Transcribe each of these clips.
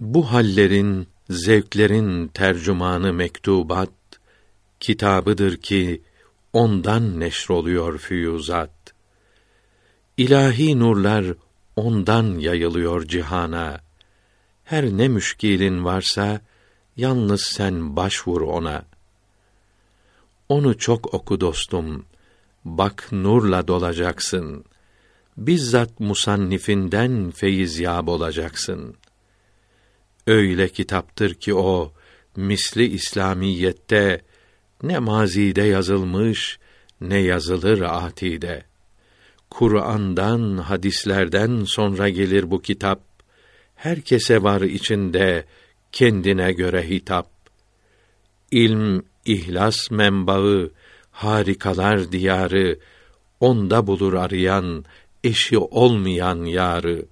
Bu hallerin, zevklerin tercümanı mektubat, kitabıdır ki ondan neşroluyor füyuzat. İlahi nurlar ondan yayılıyor cihana. Her ne müşkilin varsa yalnız sen başvur ona. Onu çok oku dostum, bak nurla dolacaksın. Bizzat musannifinden feyizyab olacaksın. Öyle kitaptır ki o, misli İslamiyette, ne mazide yazılmış, ne yazılır atide. Kur'an'dan, hadislerden sonra gelir bu kitap. Herkese var içinde kendine göre hitap. İlm, ihlas menbaı, harikalar diyarı, onda bulur arayan, eşi olmayan yarı.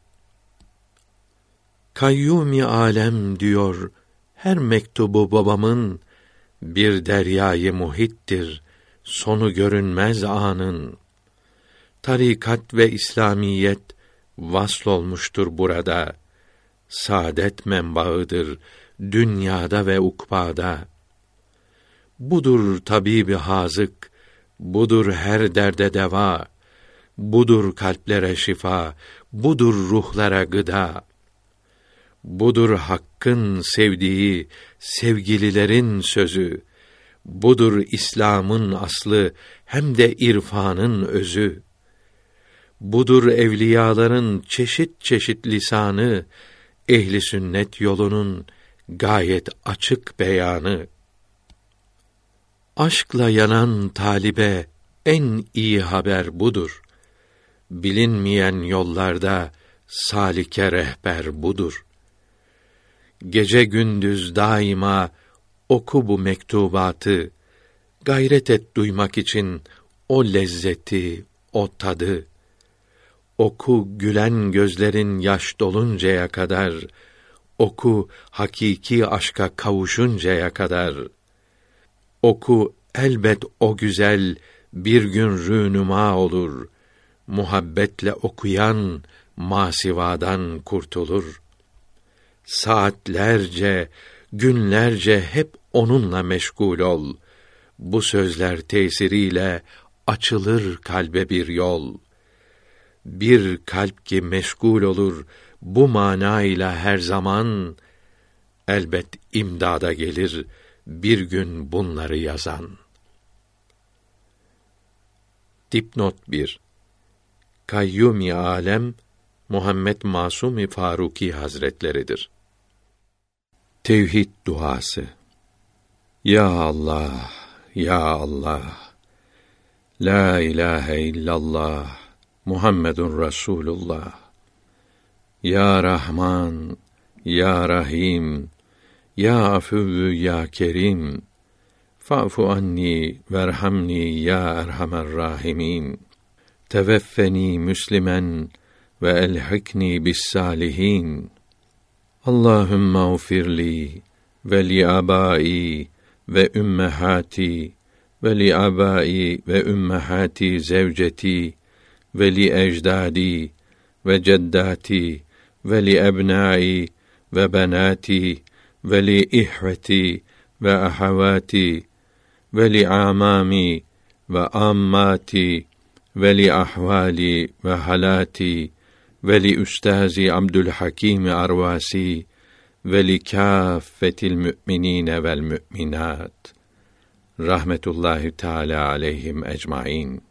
Kayyum-i alem diyor, her mektubu babamın, bir deryayı muhittir, sonu görünmez anın. Tarikat ve İslamiyet vasl olmuştur burada. Saadet menbaıdır dünyada ve ukbada. Budur tabibi hazık, budur her derde deva, budur kalplere şifa, budur ruhlara gıda. Budur Hakk'ın sevdiği sevgililerin sözü, budur İslam'ın aslı hem de irfanın özü. Budur evliyaların çeşit çeşit lisanı, ehli sünnet yolunun gayet açık beyanı. Aşkla yanan talibe en iyi haber budur. Bilinmeyen yollarda salike rehber budur. Gece gündüz daima oku bu mektubatı, gayret et duymak için o lezzeti, o tadı. Oku gülen gözlerin yaş doluncaya kadar, oku hakiki aşka kavuşuncaya kadar. Oku elbet o güzel bir gün rûnuma olur. Muhabbetle okuyan masivadan kurtulur. Saatlerce, günlerce hep onunla meşgul ol. Bu sözler tesiriyle açılır kalbe bir yol. Bir kalp ki meşgul olur bu manayla her zaman, elbet imdada gelir bir gün bunları yazan. Dipnot 1. Kayyum-i alem Muhammed Masum-i Faruki Hazretleridir. Tevhid duası. Ya Allah, ya Allah. La ilahe illallah. Muhammedun Resulullah. Ya Rahman, ya Rahim, ya Afuvü, ya Kerim. Fa'fu anni verhamni ya Erhamer Rahimin. Teveffeni Müslimen ve elhikni bis salihin. Allahümme ufirli ve li abai ve ümmehati ve li abai ve ümmehati zevceti ve li ecdadi ve ceddati ve li ebnai ve benati ve li ihveti ve ahavati ve li amami ve ammati ve li ahvali ve halati ve li üstazi Abdülhakim Arvasi ve li kâffetil mü'minîne vel mü'minât rahmetullahi teâlâ aleyhim ecmaîn.